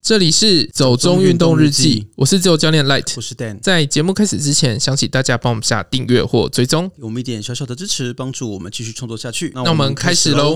这里是走中运动日记，我是自由教练 Light， 我是 Dan。 在节目开始之前，想请大家帮我们下订阅或追踪， 给我们一点小小的支持，帮助我们继续创作下去。 那我们开始咯。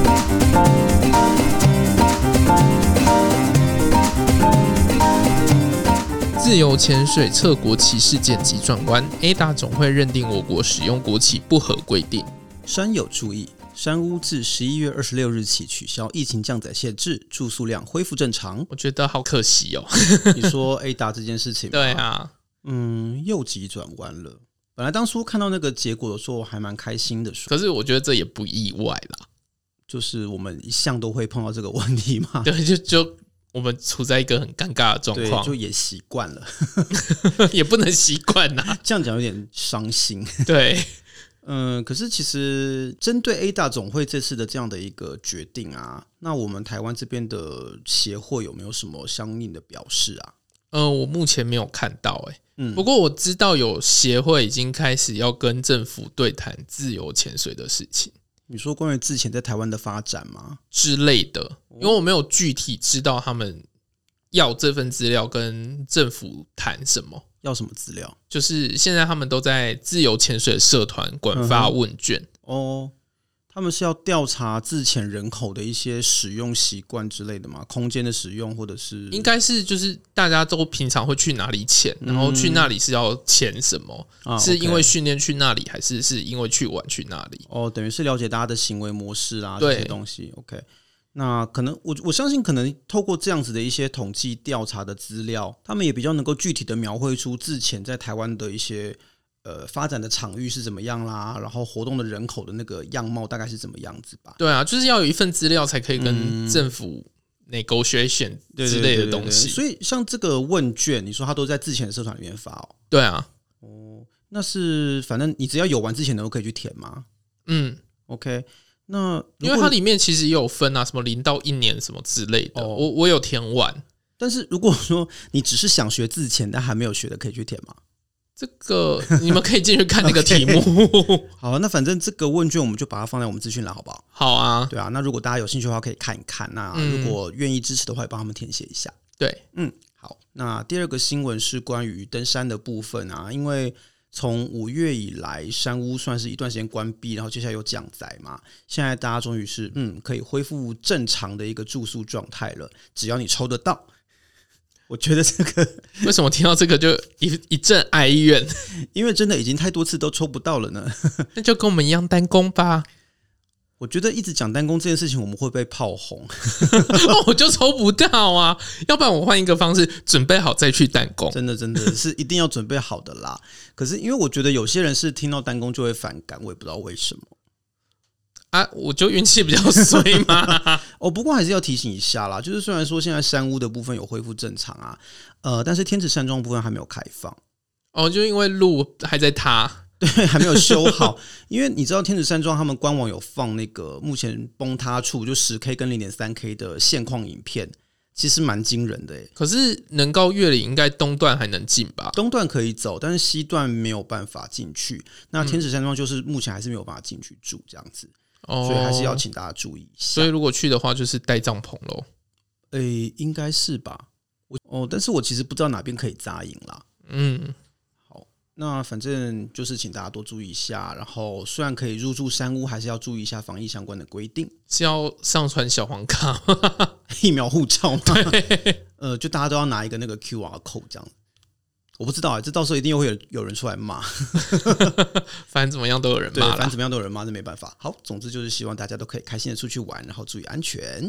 自由潜水测国旗事件急转弯 ，ADA 总会认定我国使用国旗不合规定。 山友注意，山屋自11月26日起取消疫情降载限制，住宿量恢复正常。 我觉得好可惜哦。 你说 ADA 这件事情吗？ 对啊， 又急转弯了。本来当初看到那个结果的时候，我还蛮开心的。 可是我觉得这也不意外啦， 就是我们一向都会碰到这个问题嘛。 对，就我们处在一个很尴尬的状况， 对，就也习惯了， 也不能习惯呐。 这样讲有点伤心。 对。 可是其实针对 ADA 总会这次的这样的一个决定啊，那我们台湾这边的协会有没有什么相应的表示啊？ 我目前没有看到不过我知道有协会已经开始要跟政府对谈自由潜水的事情。 你说关于自潜在台湾的发展吗？ 之类的，因为我没有具体知道他们要这份资料跟政府谈什么。 要什么资料？ 就是现在他们都在自由潜水社团广发问卷。 他们是要调查自潜人口的一些使用习惯之类的吗？空间的使用，或者是应该是就是大家都平常会去哪里潜，然后去那里是要潜什么？是因为训练去那里，还是因为去玩去那里？ 等于是了解大家的行为模式啊，这些东西。OK， 那可能我相信，可能透过这样子的一些统计调查的资料，他们也比较能够具体的描绘出自潜在台湾的一些发展的场域是怎么样啦，然后活动的人口的那个样貌大概是怎么样子吧。 对啊，就是要有一份资料才可以跟政府 negotiation 之类的东西。 所以像这个问卷，你说他都在自潜社团里面发哦？ 对啊。 那是反正你只要有玩自潜的都可以去填吗？OK。那因为它里面其实也有分啊，什么0到1年什么之类的，我有填完。 但是如果说你只是想学自潜但还没有学的，可以去填吗？ 这个你们可以进去看那个题目。 好，那反正这个问卷我们就把它放在我们资讯栏，好不好？ 好啊。 对啊，那如果大家有兴趣的话，可以看一看。那如果愿意支持的话，也帮他们填写一下。 对， 好。那第二个新闻是关于登山的部分啊，因为从5月以来，山屋算是一段时间关闭，然后接下来有降载嘛，现在大家终于是可以恢复正常的一个住宿状态了，只要你抽得到。我觉得这个为什么听到这个就一阵哀怨？ 因为真的已经太多次都抽不到了呢。 那就跟我们一样单攻吧。 我觉得一直讲单攻这件事情，我们会被炮轰。 我就抽不到啊，要不然我换一个方式，准备好再去单攻。 真的是一定要准备好的啦。可是因为我觉得有些人是听到单攻就会反感，我也不知道为什么啊。我就运气比较衰嘛。 不过还是要提醒一下啦，就是虽然说现在山屋的部分有恢复正常啊，但是天池山庄部分还没有开放。 就因为路还在塌。 对，还没有修好。因为你知道天池山庄他们官网有放那个目前崩塌处就 10K 跟 0.3K 的现况影片，其实蛮惊人的。 可是能高越岭应该东段还能进吧？ 东段可以走，但是西段没有办法进去。那天池山庄就是目前还是没有办法进去住这样子。所以还是要请大家注意一下。 所以如果去的话就是带帐篷咯。 应该是吧。但是我其实不知道哪边可以扎营啦。好，那反正就是请大家多注意一下，然后虽然可以入住山屋，还是要注意一下防疫相关的规定。 是要上传小黄卡吗？ 疫苗护照吗？就大家都要拿一个那个 QR code 这样。我不知道这到时候一定又会有人出来骂。 反正怎么样都有人骂啦。 对，反正怎么样都有人骂，这没办法。好，总之就是希望大家都可以开心的出去玩，然后注意安全。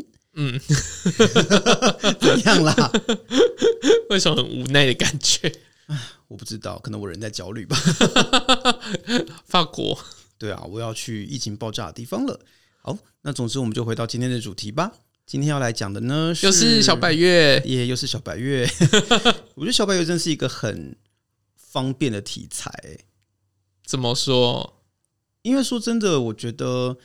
怎样啦？ 为什么很无奈的感觉？ 我不知道，可能我人在焦虑吧。 法国。 对啊，我要去疫情爆炸的地方了。好，那总之我们就回到今天的主题吧。今天要来讲的呢又是小百岳， 又是小百岳。我觉得小百岳真是一个很方便的题材。 怎么说？ 因为说真的，我觉得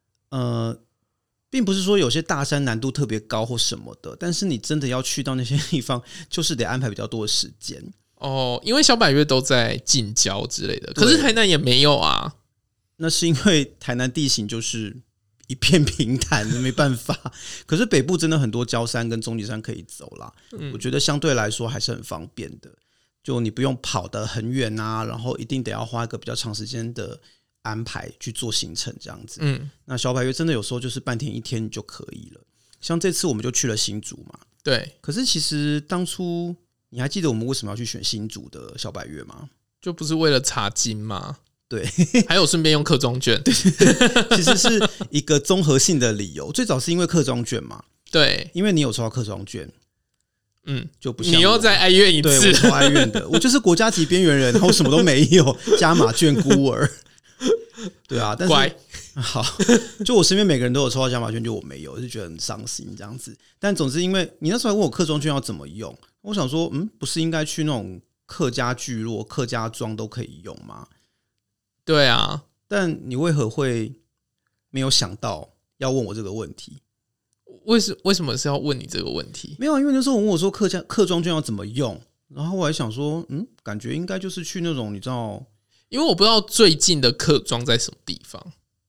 并不是说有些大山难度特别高或什么的，但是你真的要去到那些地方，就是得安排比较多的时间。 因为小百岳都在近郊之类的，可是台南也没有啊。 那是因为台南地形就是一片平坦，没办法。可是北部真的很多郊山跟终极山可以走啦，我觉得相对来说还是很方便的。就你不用跑得很远啊，然后一定得要花一个比较长时间的安排去做行程这样子。那小百岳真的有时候就是半天一天就可以了。像这次我们就去了新竹嘛， 对。 可是其实当初你还记得我们为什么要去选新竹的小百岳吗？ 就不是为了查经吗？ 对， 还有顺便用客庄券。 对，其实是一个综合性的理由。最早是因为客庄券嘛， 对， 因为你有抽到客庄券，就不像你又再哀怨一次。 对，我超哀怨的，我就是国家级边缘人，然后什么都没有，加码券孤儿。对啊，但是乖好，就我身边每个人都有抽到加码券，就我没有，就觉得很伤心这样子。但总之，因为你那时候还问我客庄券要怎么用，我想说，不是应该去那种客家聚落、客家庄都可以用吗？ 对啊， 但你为何会没有想到要问我这个问题？ 为什么是要问你这个问题？ 没有，因为那时候我问我说客庄券要怎么用，然后我还想说，感觉应该就是去那种你知道， 因为我不知道最近的客庄在什么地方。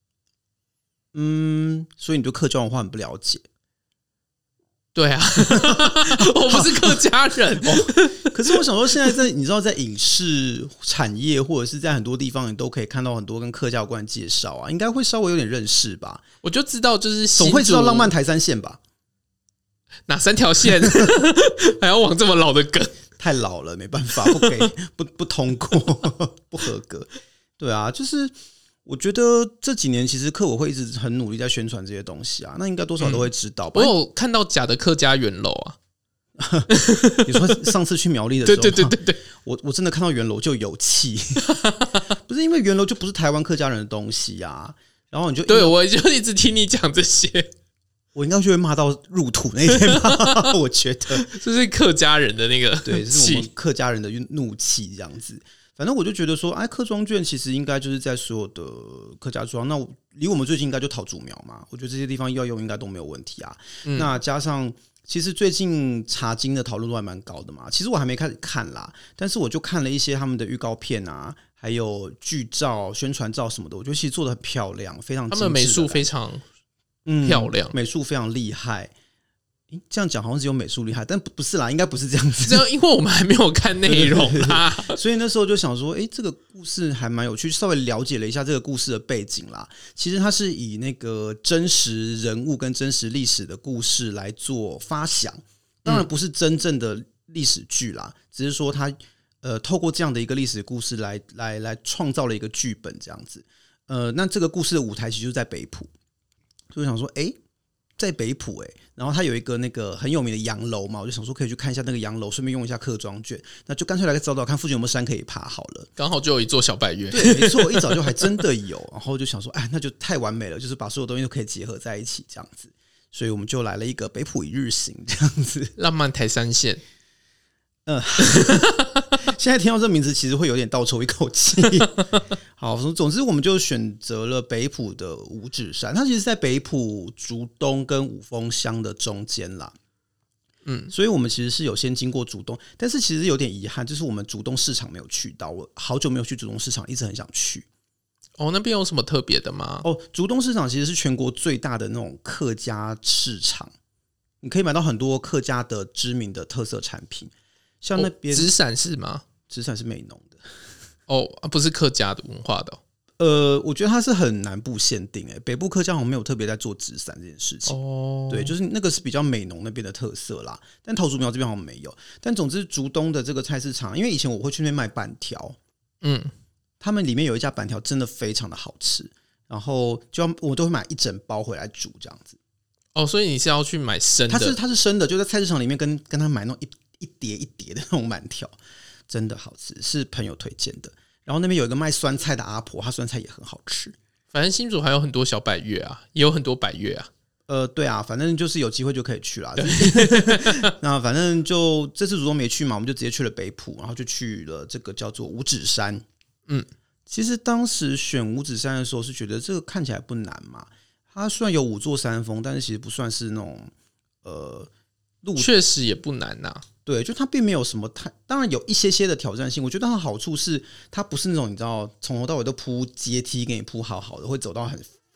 所以你对客家文化很不了解。 对啊，我不是客家人。 可是我想说，现在你知道，在影视产业或者是在很多地方，你都可以看到很多跟客家有关的介绍啊，应该会稍微有点认识吧？ 我就知道，就是总会知道浪漫台3线吧？ 哪3条线？还要往这么老的梗？ 太老了，没办法，不通过，不合格。对啊，就是我觉得这几年其实客委会一直很努力在宣传这些东西啊，那应该多少都会知道吧？ 我有看到假的客家圆楼啊。 你说上次去苗栗的时候， 对， 我真的看到圆楼就有气，不是因为圆楼就不是台湾客家人的东西啊，然后你就对我就一直听你讲这些， 我应该就会骂到入土那天吧，我觉得这是客家人的那个对，是我们客家人的怒气这样子。反正我就觉得说，客庄券其实应该就是在所有的客家庄，那离我们最近应该就桃竹苗嘛，我觉得这些地方要用应该都没有问题啊。那加上其实最近茶经的讨论度还蛮高的嘛，其实我还没开始看啦，但是我就看了一些他们的预告片啊，还有剧照、宣传照什么的，我觉得其实做得很漂亮，非常精致，他们美术非常漂亮， 美术非常厉害。这样讲好像只有美术厉害，但不是啦，应该不是这样子。 这样，因为我们还没有看内容啦， 所以那时候就想说，这个故事还蛮有趣，稍微了解了一下这个故事的背景啦。其实它是以那个真实人物跟真实历史的故事来做发想，当然不是真正的历史剧啦，只是说它透过这样的一个历史故事来创造了一个剧本这样子。那这个故事的舞台其实就在北埔，就想说，在北埔然后它有一个那个很有名的洋楼嘛，我就想说可以去看一下那个洋楼，顺便用一下客庄券，那就干脆来找找看附近有没有山可以爬好了。 刚好就有一座小百岳， 对，没错，一早就还真的有，然后就想说，那就太完美了，就是把所有东西都可以结合在一起这样子，所以我们就来了一个北埔一日行这样子， 浪漫台3线。 现在听到这名字其实会有点倒抽一口气。好，总之我们就选择了北埔的五指山，它其实在北埔竹东跟五峰乡的中间啦。所以我们其实是有先经过竹东，但是其实有点遗憾，就是我们竹东市场没有去到，我好久没有去竹东市场，一直很想去。 那边有什么特别的吗？ 竹东市场其实是全国最大的那种客家市场，你可以买到很多客家的知名的特色产品。像那边纸伞是吗？ 纸伞是美浓的不是客家的文化的我觉得它是很南部限定北部客家好像没有特别在做纸伞这件事情对，就是那个是比较美浓那边的特色啦，但桃竹苗这边好像没有。但总之竹东的这个菜市场，因为以前我会去那边卖板条，他们里面有一家板条真的非常的好吃，然后我都会买一整包回来煮这样子。 所以你是要去买生的？ 它是生的，就在菜市场里面跟他买那种一碟一碟的那种板条，真的好吃，是朋友推荐的。然后那边有一个卖酸菜的阿婆，她酸菜也很好吃。 反正新竹还有很多小百岳啊，也有很多百岳啊。 对啊，反正就是有机会就可以去啦。那反正就这次竹东没去嘛，我们就直接去了北埔，然后就去了这个叫做五指山。其实当时选五指山的时候是觉得这个看起来不难嘛，它虽然有5座山峰，但是其实不算是那种路， 确实也不难啊。 对，就它并没有什么当然有一些的挑战性。我觉得它的好处是，它不是那种你知道从头到尾都铺阶梯给你铺好好的，会走到很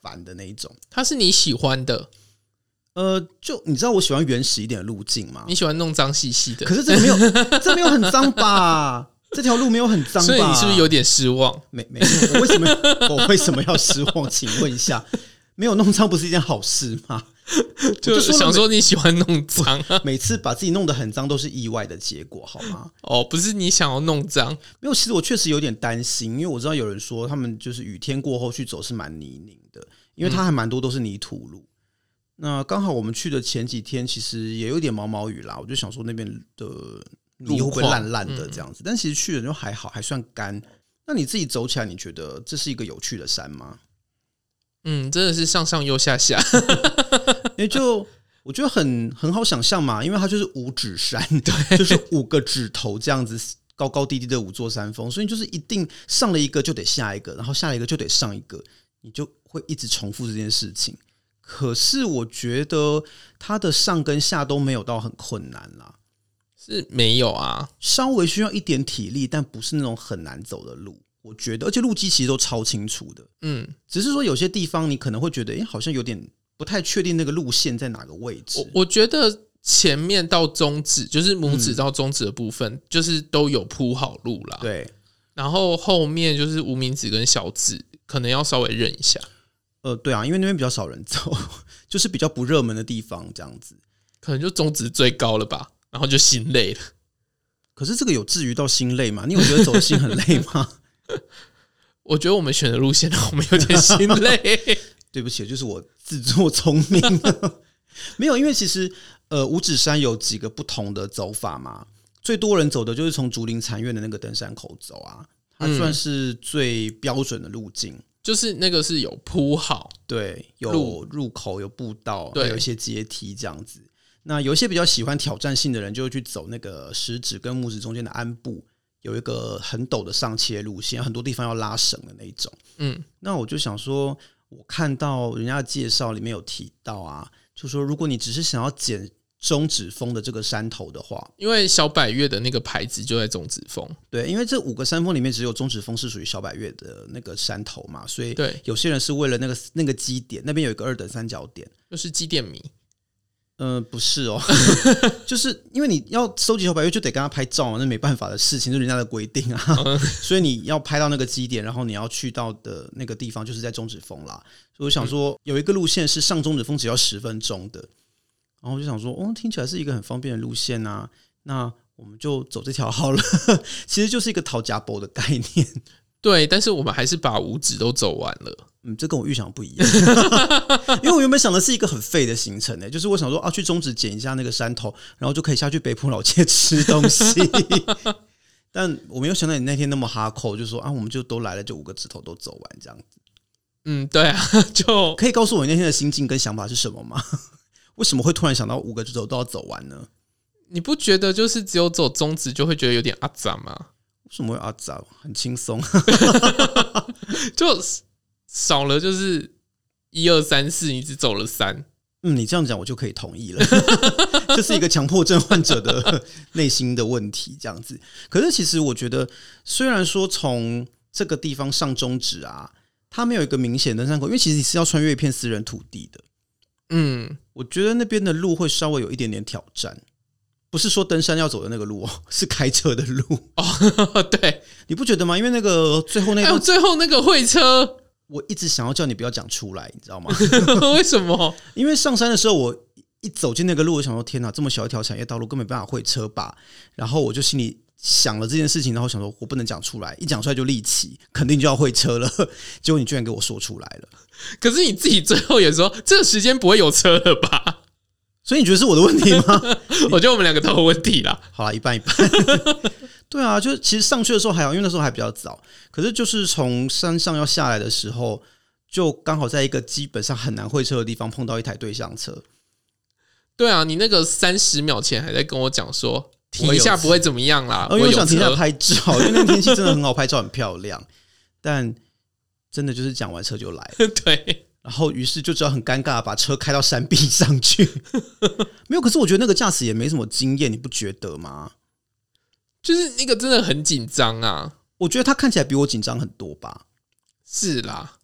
烦的那一种。 它是你喜欢的？ 就你知道我喜欢原始一点的路径吗？ 你喜欢弄脏兮兮的？ 可是这没有很脏吧？这条路没有很脏吧？ 所以你是不是有点失望？ 没有，我为什么要失望？请问一下，没有弄脏不是一件好事吗？ 就想说你喜欢弄脏啊， 每次把自己弄得很脏都是意外的结果，好吗？ 不是你想要弄脏， 没有。其实我确实有点担心，因为我知道有人说他们就是雨天过后去走是蛮泥泞的，因为它还蛮多都是泥土路。那刚好我们去的前几天其实也有点毛毛雨啦，我就想说那边的泥会不会烂烂的这样子，但其实去了就还好，还算干。那你自己走起来，你觉得这是一个有趣的山吗？ 真的是上上又下下， 我觉得很好想象嘛，因为它就是五指山，对，就是5个指头这样子高高低低的5座山峰，所以就是一定上了一个就得下一个，然后下了一个就得上一个，你就会一直重复这件事情。可是我觉得它的上跟下都没有到很困难啦， 是没有啊， 稍微需要一点体力，但不是那种很难走的路。我觉得，而且路基其实都超清楚的，只是说有些地方你可能会觉得，好像有点不太确定那个路线在哪个位置。 我觉得前面到中指，就是拇指到中指的部分，就是都有铺好路啦。 对， 然后后面就是无名指跟小指，可能要稍微认一下。 对啊，因为那边比较少人走，就是比较不热门的地方，这样子， 可能就中指最高了吧，然后就心累了。 可是这个有至于到心累吗？你有觉得走的心很累吗？ 我觉得我们选的路线让我们有点心累。 对不起，就是我自作聪明了。没有，因为其实五指山有几个不同的走法嘛，最多人走的就是从竹林禅院的那个登山口走啊，它算是最标准的路径。 就是那个是有铺好， 对，有入口，有步道，还有一些阶梯这样子。那有一些比较喜欢挑战性的人，就会去走那个食指跟拇指中间的鞍部，有一个很陡的上切路线，很多地方要拉绳的那一种。那我就想说，我看到人家的介绍里面有提到啊，就说如果你只是想要捡中指峰的这个山头的话， 因为小百岳的那个牌子就在中指峰， 对，因为这5个山峰里面只有中指峰是属于小百岳的那个山头嘛，所以有些人是为了那个基点，那边有一个2等三角点， 就是基点迷。 不是哦，就是因为你要收集小百岳就得跟他拍照嘛，那没办法的事情，就是人家的规定啊。所以你要拍到那个基点，然后你要去到的那个地方就是在中指峰啦。所以我想说，有一个路线是上中指峰只要10分钟的。然后我就想说，听起来是一个很方便的路线啊，那我们就走这条好了。其实就是一个讨夹包的概念。 对，但是我们还是把5指都走完了。 这跟我预想不一样。因为我原本想的是一个很废的行程就是我想说去中指捡一下那个山头，然后就可以下去北埔老街吃东西。但我没有想到你那天那么哈扣，就说我们就都来了，就5个指头都走完这样子。 对啊，就可以告诉我你那天的心境跟想法是什么吗？为什么会突然想到5个指头都要走完呢？ 你不觉得就是只有走中指就会觉得有点阿杂吗？ 为什么会阿杂？很轻松。 就少了就是1、2、3、4，你只走了3。 你这样讲我就可以同意了。这是一个强迫症患者的内心的问题，这样子。可是其实我觉得，虽然说从这个地方上中指啊，它没有一个明显的登山口，因为其实你是要穿越一片私人土地的。我觉得那边的路会稍微有一点点挑战，不是说登山要走的那个路是开车的路。 对， 你不觉得吗？因为那个最后最后那个会车， 我一直想要叫你不要讲出来，你知道吗？ 为什么？ 因为上山的时候，我一走进那个路，我想说天哪，这么小一条产业道路根本没办法会车吧？然后我就心里想了这件事情，然后想说我不能讲出来，一讲出来就立起，肯定就要会车了。结果你居然给我说出来了。 可是你自己最后也说这个时间不会有车了吧？ 所以你觉得是我的问题吗？ 我觉得我们2个都有问题啦。 好啦，一半一半。对啊，就其实上去的时候还好，因为那时候还比较早。可是就是从山上要下来的时候，就刚好在一个基本上很难会车的地方碰到一台对向车。 对啊，你那个30秒前还在跟我讲说停一下不会怎么样啦， 因为我想停下拍照，因为那天气真的很好拍照，很漂亮。但真的就是讲完车就来了。 对， 然后于是就只好很尴尬把车开到山壁上去。没有，可是我觉得那个驾驶也没什么经验，你不觉得吗？ 就是那个真的很紧张啊。 我觉得他看起来比我紧张很多吧。 是啦，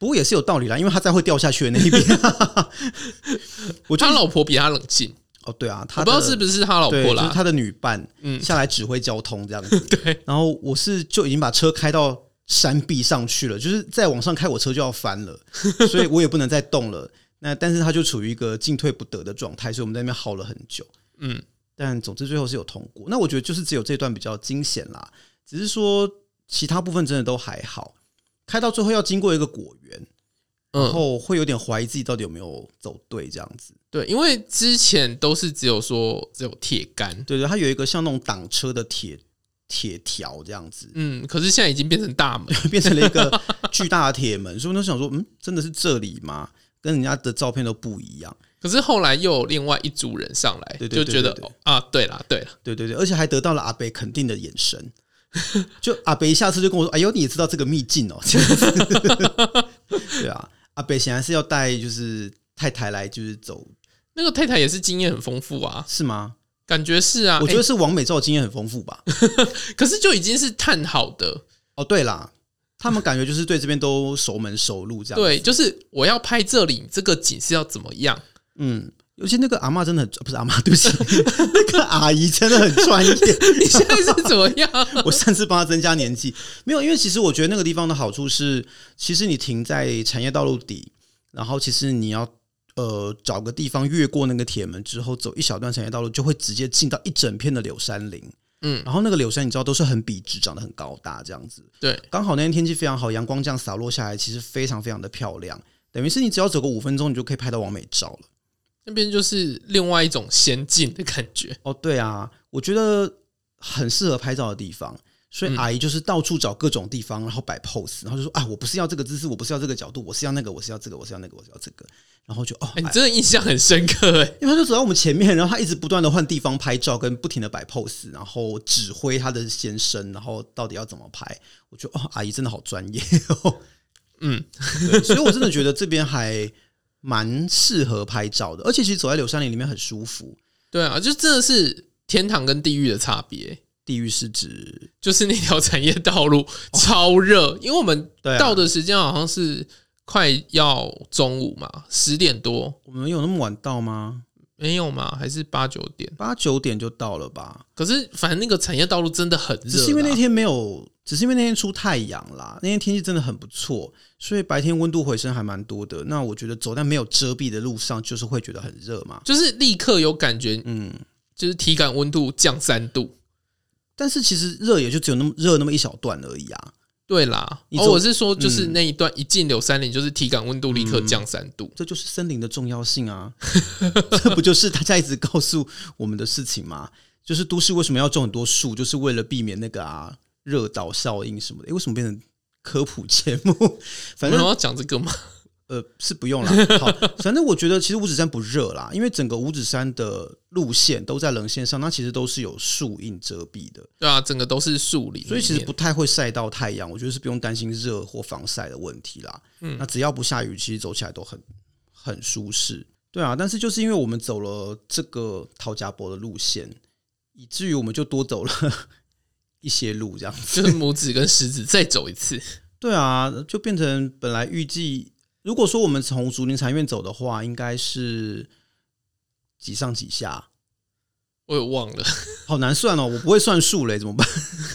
不过也是有道理啦，因为他在会掉下去的那一边。 他老婆比他冷静。 哦，对啊， 我不知道是不是他老婆啦， 就是他的女伴下来指挥交通这样子。 对， 然后我是就已经把车开到山壁上去了，就是再往上开我车就要翻了，所以我也不能再动了。那但是他就处于一个进退不得的状态，所以我们在那边耗了很久。但总之最后是有通过。那我觉得就是只有这段比较惊险啦，只是说其他部分真的都还好。开到最后要经过一个果园。然后会有点怀疑自己到底有没有走对这样子。 对，因为之前都是只有铁杆， 对，它有一个像那种挡车的铁条这样子。 可是现在已经变成大门， 变成了一个巨大的铁门，所以我就想说，真的是这里吗？跟人家的照片都不一样。 可是后来又有另外一组人上来，就觉得对了， 而且还得到了阿北肯定的眼神。就阿北一下次就跟我说：“哎呦，你也知道这个秘境哦。”这样子。对啊。阿北显然是要带就是太太来就是走， 那个太太也是经验很丰富啊， 是吗？ 感觉是啊， 我觉得是王美照经验很丰富吧。 可是就已经是探好的哦，对啦，他们感觉就是对这边都熟门熟路这样子。 对，就是我要拍这里，这个景是要怎么样？ 尤其那个阿嬷真的不是阿嬷，对不起，那个阿姨真的很专业。 你现在是怎么样？ 我擅自帮她增加年纪，没有，因为其实我觉得那个地方的好处是，其实你停在产业道路底，然后其实你要找个地方越过那个铁门之后，走一小段产业道路，就会直接进到一整片的柳杉林。然后那个柳杉你知道都是很笔直，长得很高大这样子。 对， 刚好那天天气非常好，阳光这样洒落下来，其实非常非常的漂亮。等于是你只要走个5分钟，你就可以拍到完美照了。 那边就是另外一种仙境的感觉。 哦，对啊，我觉得很适合拍照的地方，所以阿姨就是到处找各种地方，然后摆 pose， 然后就说啊，我不是要这个姿势，我不是要这个角度，我是要那个，我是要这个，我是要那个，我是要这个，然后就你真的印象很深刻哎， 因为他就走在我们前面，然后他一直不断的换地方拍照，跟不停的摆 pose， 然后指挥他的先生，然后到底要怎么拍，我觉得阿姨真的好专业哦。所以我真的觉得这边还蛮适合拍照的，而且其实走在柳杉林里面很舒服。 对啊，就真的是天堂跟地狱的差别。 地狱是指就是那条产业道路超热，因为我们到的时间好像是快要中午嘛，10点多。 我们有那么晚到吗？ 没有嘛，还是8、9点 ？8、9点就到了吧？ 可是反正那个产业道路真的很热， 只是因为那天没有，只是因为那天出太阳啦，那天天气真的很不错，所以白天温度回升还蛮多的。那我觉得走在没有遮蔽的路上，就是会觉得很热嘛， 就是立刻有感觉，就是体感温度降3度。 但是其实热也就只有那么热那么一小段而已啊。 对啦，我是说，就是那一段一进柳杉林，就是体感温度立刻降3度， 这就是森林的重要性啊！这不就是大家一直告诉我们的事情吗？就是都市为什么要种很多树，就是为了避免那个热岛效应什么的。为什么变成科普节目？反正我们要讲这个吗？ 是不用啦。好，反正我觉得其实五指山不热啦，因为整个五指山的路线都在棱线上，那其实都是有树荫遮蔽的。 对啊，整个都是树林， 所以其实不太会晒到太阳。我觉得是不用担心热或防晒的问题啦。那只要不下雨，其实走起来都很舒适。对啊，但是就是因为我们走了这个陶家坡的路线，以至于我们就多走了一些路，这样子就是拇指跟食指再走一次。 对啊，就变成本来预计。如果说我们从竹林禅院走的话，应该是几上几下， 我也忘了， 好难算哦，我不会算数嘞，怎么办？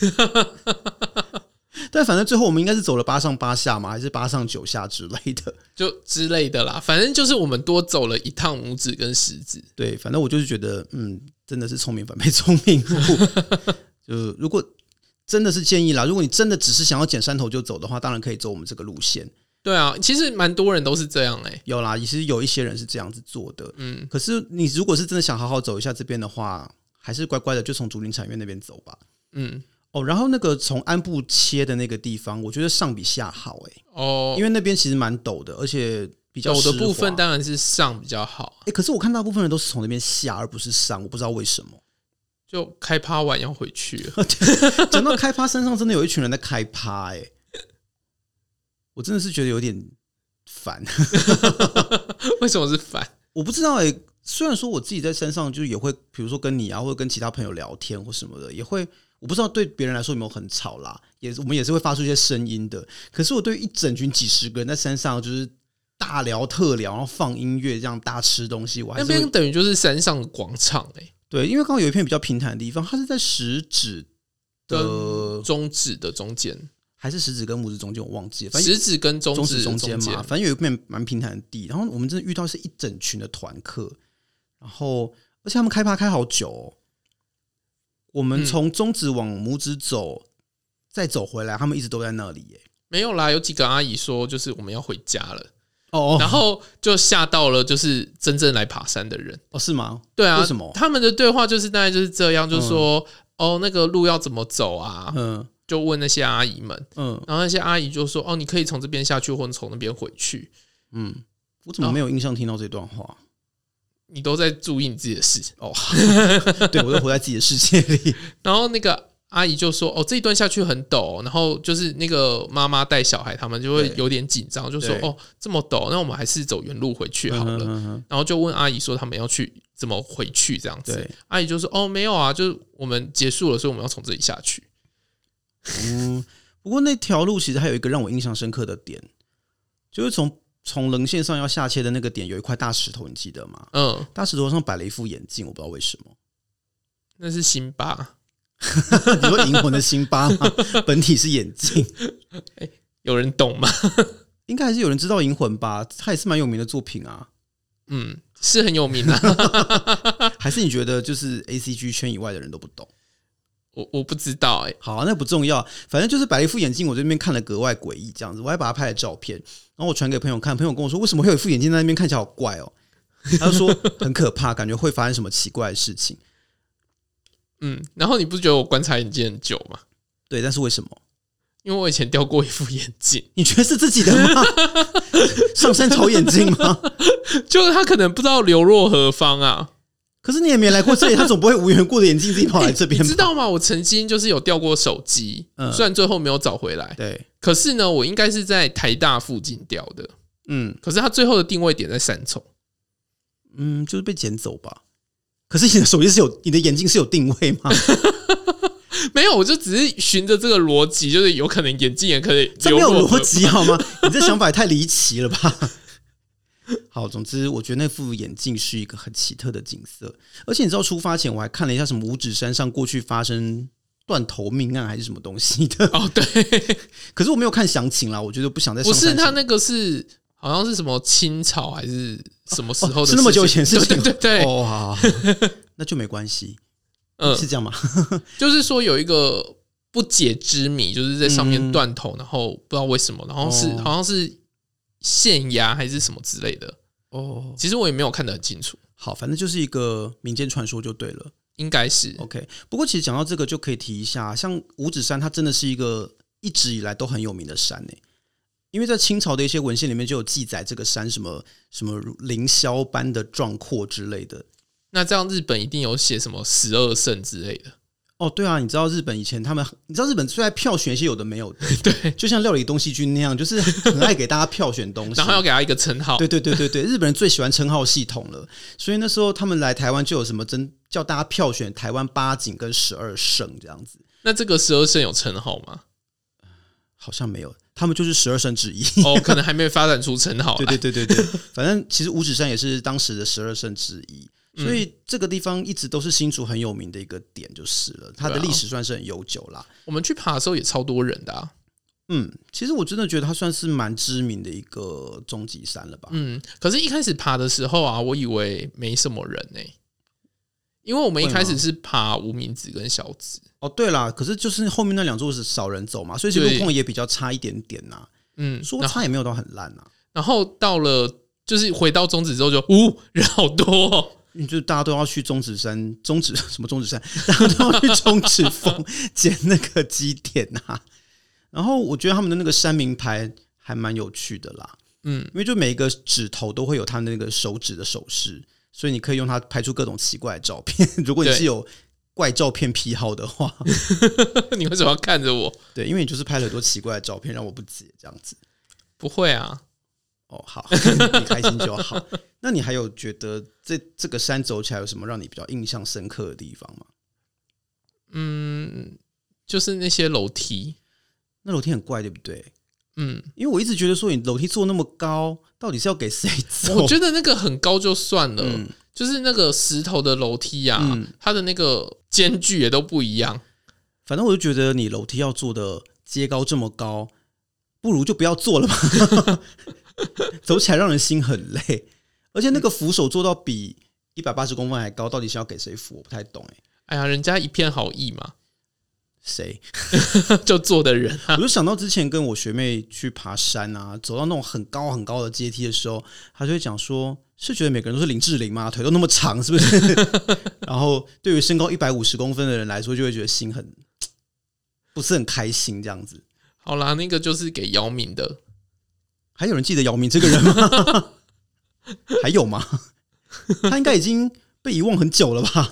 但反正最后我们应该是走了8上8下嘛，还是8上9下之类的， 就之类的啦。反正就是我们多走了一趟拇指跟食指。 对，反正我就是觉得，真的是聪明反被聪明误。就如果真的是建议啦，如果你真的只是想要捡山头就走的话，当然可以走我们这个路线。 对啊，其实蛮多人都是这样有啦，其实有一些人是这样子做的。可是你如果是真的想好好走一下这边的话，还是乖乖的就从竹林禅院那边走吧。然后那个从安部切的那个地方，我觉得上比下好因为那边其实蛮陡的，而且比较陡的部分当然是上比较好。 可是我看大部分人都是从那边下，而不是上，我不知道为什么。 就开趴完要回去了。 讲到开趴，山上真的有一群人在开趴我真的是觉得有点烦。 为什么是烦？ 我不知道虽然说我自己在山上就也会，比如说跟你啊，或者跟其他朋友聊天或什么的，也会我不知道对别人来说有没有很吵啦，我们也是会发出一些声音的。可是我对于一整群几十个人在山上就是大聊特聊，然后放音乐这样大吃东西，我还是那边等于就是山上的广场对，因为刚好有一片比较平坦的地方，它是在食指的中指的中间， 还是食指跟拇指中间，我忘记了。反正食指跟中指中间嘛，反正有一片蛮平坦的地。然后我们真的遇到是一整群的团客，然后而且他们开趴开好久我们从中指往拇指走，再走回来，他们一直都在那里没有啦，有几个阿姨说就是我们要回家了。 然后就吓到了，就是真正来爬山的人。 是吗？ 对啊， 为什么？ 他们的对话就是大概就是这样，就是说那个路要怎么走啊？就问那些阿姨们，然后那些阿姨就说你可以从这边下去，或者从那边回去。 我怎么没有印象听到这段话？ 你都在注意你自己的事对，我都活在自己的世界里。 然后那个阿姨就说这一段下去很陡然后就是那个妈妈带小孩他们就会有点紧张，就说这么陡，那我们还是走原路回去好了。然后就问阿姨说他们要去怎么回去这样子。阿姨就说没有啊，就是我们结束了，所以我们要从这里下去。 不过那条路其实还有一个让我印象深刻的点，就是从棱线上要下切的那个点有一块大石头，你记得吗？大石头上摆了一副眼镜，我不知道为什么。 那是辛巴。 你说银魂的辛巴吗？本体是眼镜。 有人懂吗？ 应该还是有人知道银魂吧，它也是蛮有名的作品啊。 是很有名啊。 还是你觉得就是 ACG 圈以外的人都不懂？ 我不知道好那不重要，反正就是摆了一副眼镜，我这边看了格外诡异这样子，我还把它拍了照片，然后我传给朋友看，朋友跟我说为什么会有一副眼镜在那边看起来好怪他就说很可怕，感觉会发生什么奇怪的事情。 然后你不是觉得我观察眼镜很久吗？ 对，但是为什么？ 因为我以前掉过一副眼镜。 你觉得是自己的吗？上山找眼镜吗？ 就是他可能不知道流落何方啊。 可是你也没来过这里，他总不会无缘故的眼镜自己跑来这边吧？ 你知道吗？我曾经就是有掉过手机，虽然最后没有找回来。 对， 可是呢，我应该是在台大附近掉的。可是他最后的定位点在三重。 就是被捡走吧。可是你的手机你的眼镜是有定位吗？ 没有，我就只是循着这个逻辑，就是有可能眼镜也可以这没有逻辑好吗？你这想法也太离奇了吧。好，总之我觉得那副眼镜是一个很奇特的景色，而且你知道出发前我还看了一下什么五指山上过去发生断头命案还是什么东西的。 对。 可是我没有看详情啦，我觉得不想再上山。 不是，他那个是好像是什么清朝还是什么时候的事情？ 是那么久以前事情？ 对。 好，那就没关系。是这样吗？ 就是说有一个不解之谜，就是在上面断头，然后不知道为什么，然后好像是县衙还是什么之类的。其实我也没有看得很清楚。 好，反正就是一个民间传说就对了， 应该是 OK。不过其实讲到这个就可以提一下，像五指山，它真的是一个一直以来都很有名的山因为在清朝的一些文献里面就有记载这个山什么凌霄般的壮阔之类的。 那这样日本一定有写什么12胜之类的。 对啊，你知道日本以前你知道日本最爱票选一些有的没有的。 对， 就像料理东西君那样，就是很爱给大家票选东西， 然后要给他一个称号。 对，日本人最喜欢称号系统了，所以那时候他们来台湾就有什么叫大家票选台湾8景跟12胜这样子。 那这个12胜有称号吗？ 好像没有，他们就是12胜之一。 可能还没发展出称号。 对，反正其实五指山也是当时的12胜之一。所以这个地方一直都是新竹很有名的一个点就是了，它的历史算是很悠久啦。 我们去爬的时候也超多人的啊。 其实我真的觉得它算是蛮知名的一个终极山了吧。 可是一开始爬的时候啊，我以为没什么人因为我们一开始是爬无名指跟小指。 对啦，可是就是后面那2座是少人走嘛，所以其实路况也比较差一点点呐。说差也没有到很烂啊。然后到了就是回到中指之后就人好多就大家都要去中指山，什么中指山，大家都要去中指峰捡那个基点啊。然后我觉得他们的那个山名牌还蛮有趣的啦，因为就每一个指头都会有他那个手指的手势，所以你可以用它拍出各种奇怪的照片。如果你是有怪照片癖好的话， 你为什么要看着我？ 对，因为你就是拍了很多奇怪的照片，让我不解这样子。 不会啊。 好，你开心就好。那你还有觉得这个山走起来有什么让你比较印象深刻的地方吗？ 就是那些楼梯， 那楼梯很怪，对不对？因为我一直觉得说你楼梯做那么高，到底是要给谁走？ 我觉得那个很高就算了，就是那个石头的楼梯啊，它的那个间距也都不一样。 反正我就觉得你楼梯要做的阶高这么高，不如就不要做了吧。走起来让人心很累，而且那个扶手做到比180公分还高，到底是要给谁扶？我不太懂哎呀，人家一片好意嘛。 谁就做的人我就想到之前跟我学妹去爬山啊，走到那种很高很高的阶梯的时候，她就会讲说，是觉得每个人都是林志玲吗？腿都那么长是不是？然后对于身高150公分的人来说，就会觉得心很不是很开心这样子。 好啦，那个就是给姚明的。 还有人记得姚明这个人吗？还有吗？他应该已经被遗忘很久了吧？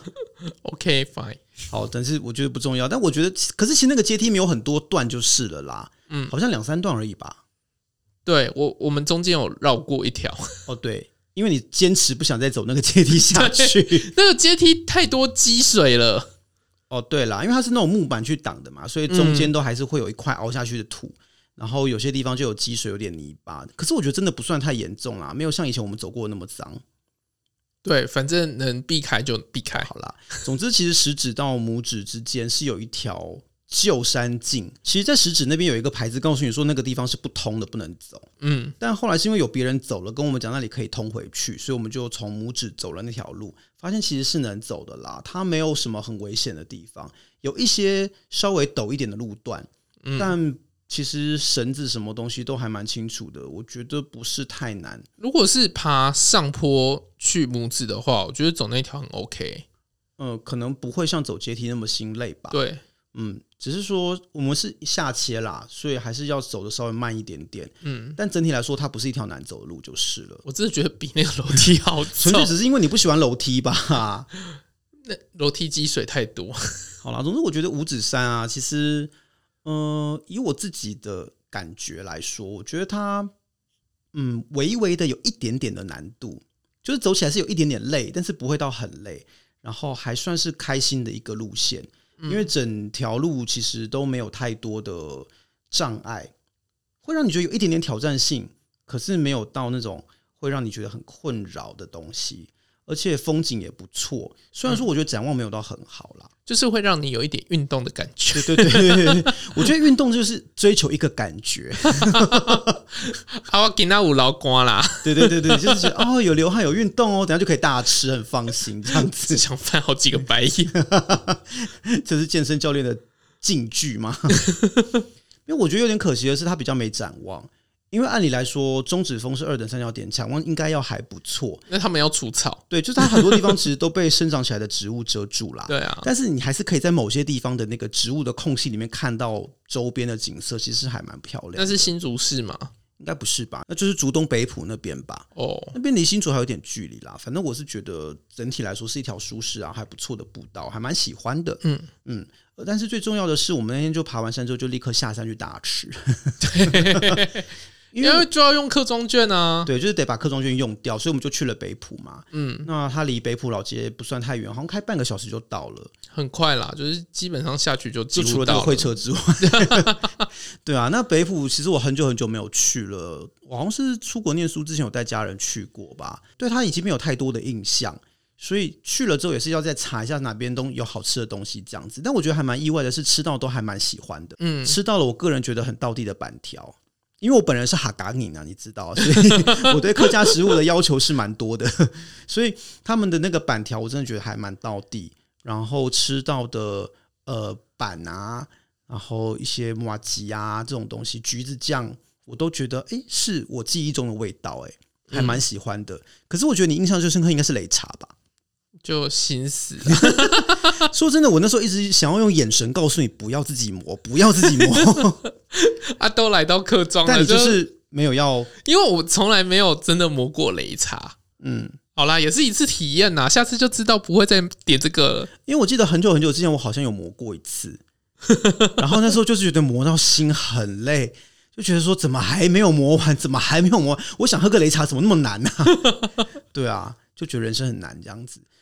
OK fine， 好，但是我觉得不重要。但我觉得，可是其实那个阶梯没有很多段就是了啦，好像2-3段而已吧。 对，我们中间有绕过一条。 哦，对，因为你坚持不想再走那个阶梯下去， 那个阶梯太多积水了。 哦，对啦，因为它是那种木板去挡的嘛，所以中间都还是会有一块凹下去的土，然后有些地方就有积水，有点泥巴。可是我觉得真的不算太严重啦，没有像以前我们走过的那么脏。 对，反正能避开就避开好啦。总之，其实食指到拇指之间是有一条旧山径。其实，在食指那边有一个牌子告诉你说那个地方是不通的，不能走。但后来是因为有别人走了，跟我们讲那里可以通回去，所以我们就从拇指走了那条路，发现其实是能走的啦。它没有什么很危险的地方，有一些稍微陡一点的路段，但其实绳子什么东西都还蛮清楚的，我觉得不是太难。 如果是爬上坡去拇指的话，我觉得走那条很 OK。 可能不会像走阶梯那么心累吧。 对， 只是说我们是下切啦，所以还是要走的稍微慢一点点。但整体来说，它不是一条难走的路就是了。 我真的觉得比那个楼梯好走， 纯粹只是因为你不喜欢楼梯吧？ 那楼梯积水太多。 好啦，总之我觉得五指山啊，其实以我自己的感觉来说，我觉得它微微的有一点点的难度，就是走起来是有一点点累，但是不会到很累，然后还算是开心的一个路线。因为整条路其实都没有太多的障碍，会让你觉得有一点点挑战性，可是没有到那种会让你觉得很困扰的东西，而且风景也不错。虽然说我觉得展望没有到很好啦， 就是会让你有一点运动的感觉。 对，我觉得运动就是追求一个感觉。 我今天有流汗啦。 对，就是觉得有流汗有运动哦，等一下就可以大吃，很放心这样子。 只想翻好几个白眼。 这是健身教练的禁句吗？因为我觉得有点可惜的是，他比较没展望。因为按理来说，中指峰是2等3角点，展望应该要还不错。 那他们要除草， 对，就是它很多地方其实都被生长起来的植物遮住啦。 对啊， 但是你还是可以在某些地方的那个植物的空隙里面看到周边的景色，其实还蛮漂亮的。 那是新竹市吗？ 应该不是吧？那就是竹东北埔那边吧。那边离新竹还有点距离啦。反正我是觉得整体来说是一条舒适啊，还不错的步道，还蛮喜欢的。但是最重要的是，我们那天就爬完山之后就立刻下山去大吃。 对。因为就要用客庄券啊， 对，就是得把客庄券用掉，所以我们就去了北埔嘛。那它离北埔老街不算太远，好像开半个小时就到了， 很快啦，就是基本上下去就除了那个会车之外。对啊，那北埔其实我很久很久没有去了，我好像是出国念书之前有带家人去过吧，对它已经没有太多的印象，所以去了之后也是要再查一下哪边有好吃的东西这样子。但我觉得还蛮意外的是，吃到都还蛮喜欢的。吃到了我个人觉得很道地的板条。因为我本人是哈嘎宁啊，你知道，所以我对客家食物的要求是蛮多的，所以他们的那个板条我真的觉得还蛮道地，然后吃到的板啊，然后一些麻糬啊这种东西，橘子酱我都觉得是我记忆中的味道，还蛮喜欢的。可是我觉得你印象最深刻应该是擂茶吧？ 就心死说真的，我那时候一直想要用眼神告诉你不要自己磨，不要自己磨。 都来到客庄了， 但你就是没有要， 因为我从来没有真的磨过擂茶。好啦，也是一次体验啦，下次就知道不会再点这个了。 因为我记得很久很久之前，我好像有磨过一次，然后那时候就是觉得磨到心很累，就觉得说怎么还没有磨完，怎么还没有磨完？我想喝个擂茶怎么那么难啊？对啊，就觉得人生很难这样子。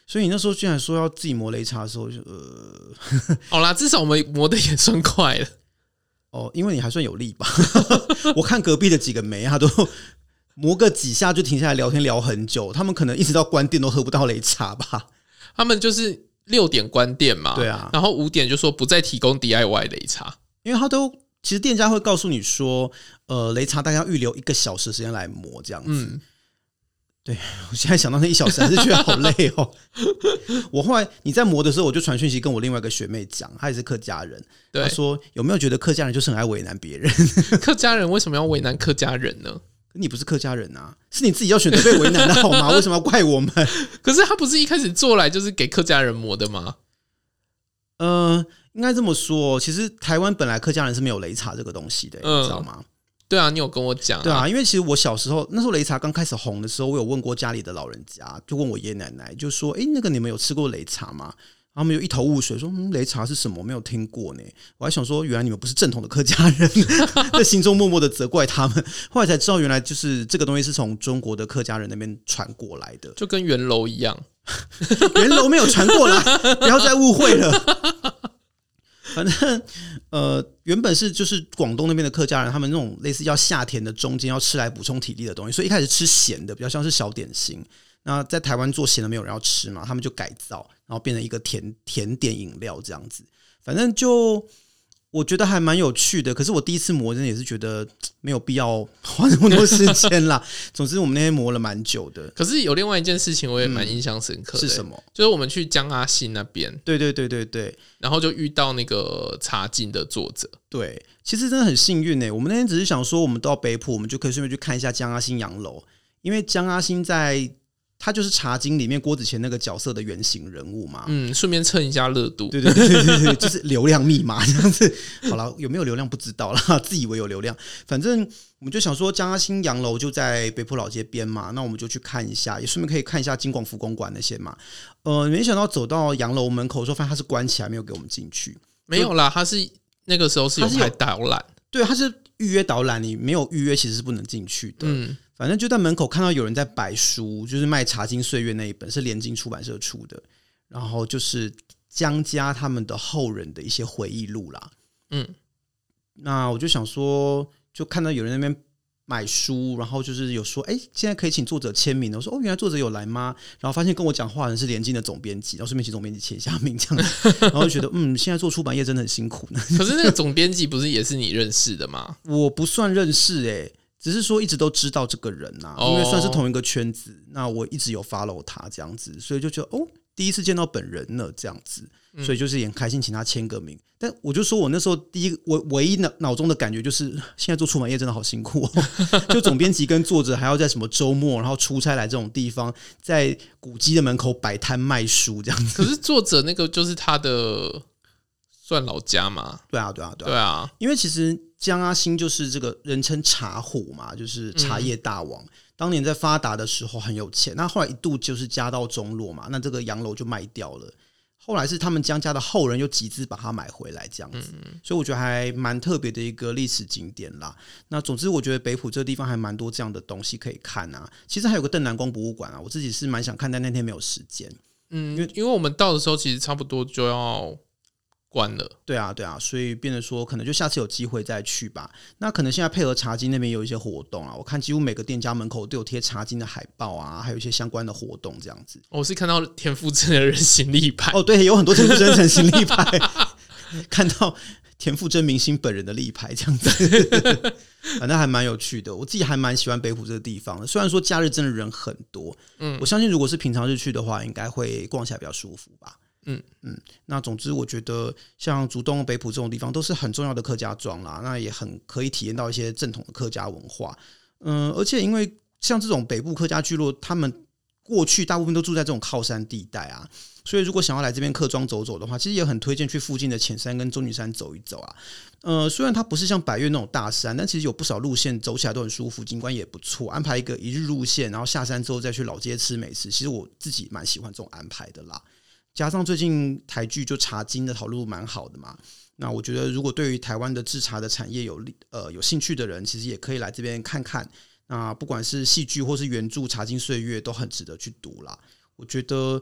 所以你那时候居然说要自己磨擂茶的时候， 好啦，至少我们磨的也算快了。 哦，因为你还算有力吧。我看隔壁的几个妹，他都磨个几下就停下来聊天聊很久，他们可能一直到关店都喝不到擂茶吧。 他们就是6点关店嘛， 对啊， 然后5点就说不再提供 DIY 擂茶， 因为他都其实店家会告诉你说，擂茶大概要预留1个小时的时间来磨这样子。对，我现在想到那1小时还是觉得好累哦。我后来你在磨的时候，我就传讯息跟我另外一个学妹讲，她也是客家人，她说有没有觉得客家人就是很爱为难别人？ 客家人为什么要为难客家人呢？ 你不是客家人啊，是你自己要选择被为难的好吗？为什么要怪我们？ 可是他不是一开始做来就是给客家人磨的吗？ 应该这么说，其实台湾本来客家人是没有擂茶这个东西的，你知道吗？ 对啊，你有跟我讲。 对啊，因为其实我小时候那时候擂茶刚开始红的时候，我有问过家里的老人家，就问我爷爷奶奶，就说：“那个你们有吃过擂茶吗？”他们有一头雾水，说：“擂茶是什么？没有听过呢。”我还想说，原来你们不是正统的客家人，在心中默默的责怪他们。后来才知道，原来就是这个东西是从中国的客家人那边传过来的， 就跟元楼一样。 元楼没有传过来，不要再误会了。反正原本是就是广东那边的客家人，他们那种类似要下田的中间要吃来补充体力的东西，所以一开始吃咸的，比较像是小点心。那在台湾做咸的没有人要吃嘛，他们就改造，然后变成一个甜点饮料这样子。反正就我觉得还蛮有趣的，可是我第一次磨真的也是觉得没有必要花那么多时间啦。总之我们那天磨了蛮久的。 可是有另外一件事情我也蛮印象深刻的， 是什么？ 就是我们去江阿信那边， 对， 然后就遇到那个茶经的作者。 对，其实真的很幸运欸。我们那天只是想说，我们到北埔，我们就可以顺便去看一下江阿信洋楼，因为江阿信他就是茶经里面郭子乾那个角色的原型人物嘛。 顺便蹭一下热度。 对，就是流量密码这样子。好了，有没有流量不知道啦，自以为有流量。反正我们就想说，江阿信洋楼就在北埔老街边嘛，那我们就去看一下，也顺便可以看一下金广福公馆那些嘛。没想到走到洋楼门口的时候，发现它是关起来，没有给我们进去。 没有啦，他是那个时候是有拍导览， 对，他是预约导览，你没有预约其实是不能进去的。反正就在门口看到有人在摆书，就是卖《茶经岁月》那一本，是联经出版社出的，然后就是江家他们的后人的一些回忆录啦。那我就想说，就看到有人在那边买书，然后就是有说，现在可以请作者签名。我说，原来作者有来吗？然后发现跟我讲话的人是联经的总编辑，然后顺便请总编辑签一下名这样子。然后就觉得，现在做出版业真的很辛苦呢。 可是那个总编辑不是也是你认识的吗？ 我不算认识只是说一直都知道这个人因为算是同一个圈子。那我一直有 follow 他这样子，所以就觉得第一次见到本人了这样子，所以就是也很开心请他签个名。但我就说我那时候我唯一脑中的感觉就是，现在做出版业真的好辛苦就总编辑跟作者还要在什么周末然后出差来这种地方，在古迹的门口摆摊卖书这样子。 可是作者那个就是他的算老家嘛？ 对啊，因为其实江阿信就是这个人称茶虎嘛，就是茶叶大王。当年在发达的时候很有钱，那后来一度就是家道中落嘛，那这个洋楼就卖掉了。后来是他们江家的后人又集资把它买回来这样子，所以我觉得还蛮特别的一个历史景点啦。那总之我觉得北埔这个地方还蛮多这样的东西可以看啊。其实还有个邓南光博物馆啊，我自己是蛮想看，但那天没有时间。 因为我们到的时候其实差不多就要关了。 对啊，所以变成说可能就下次有机会再去吧。那可能现在配合茶经那边有一些活动啊，我看几乎每个店家门口都有贴茶经的海报啊，还有一些相关的活动这样子。 我是看到田馥甄的人形立牌。 对，有很多田馥甄人形立牌看到田馥甄明星本人的立牌这样子反正还蛮有趣的。我自己还蛮喜欢北埔这个地方的，虽然说假日真的人很多，我相信如果是平常日去的话，应该会逛起来比较舒服吧。那总之我觉得像竹东北埔这种地方都是很重要的客家庄啦，那也很可以体验到一些正统的客家文化。而且因为像这种北部客家聚落，他们过去大部分都住在这种靠山地带啊，所以如果想要来这边客庄走走的话，其实也很推荐去附近的浅山跟中女山走一走啊。虽然它不是像百岳那种大山，但其实有不少路线走起来都很舒服，景观也不错。安排一个一日路线，然后下山之后再去老街吃美食，其实我自己蛮喜欢这种安排的啦。加上最近台剧就茶经的讨论蛮好的嘛，那我觉得如果对于台湾的制茶的产业有兴趣的人，其实也可以来这边看看。那不管是戏剧或是原著《茶经岁月》都很值得去读啦。我觉得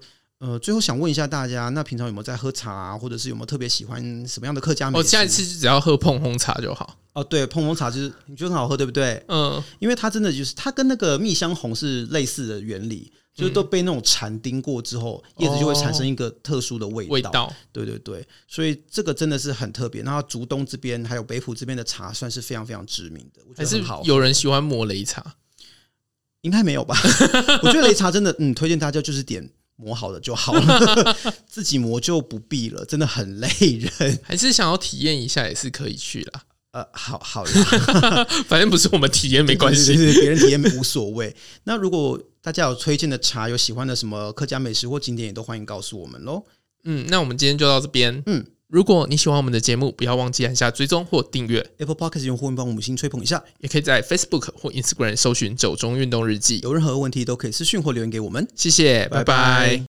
最后想问一下大家，那平常有没有在喝茶啊，或者是有没有特别喜欢什么样的客家美食？ 下一次只要喝碰烘茶就好。 对，碰红茶就是你觉得很好喝，对不对？因为它真的就是它跟那个蜜香红是类似的原理，就是都被那种蝉叮过之后，叶子就会产生一个特殊的味道。对对对，所以这个真的是很特别。那竹东这边还有北埔这边的茶算是非常非常知名的，我觉得很好喝。 还是有人喜欢磨擂茶？ 应该没有吧？我觉得擂茶真的，推荐大家就是点磨好的就好了，自己磨就不必了，真的很累人。 还是想要体验一下也是可以去啦。 好啦， 反正不是我们体验没关系， 对，别人体验无所谓。那如果大家有推荐的茶，有喜欢的什么客家美食或景点，也都欢迎告诉我们咯。 那我们今天就到这边。如果你喜欢我们的节目，不要忘记按下追踪或订阅。 Apple Podcast 用户帮我们星吹捧一下， 也可以在 Facebook 或 Instagram 搜寻9中运动日记。 有任何问题都可以私讯或留言给我们。 谢谢，拜拜。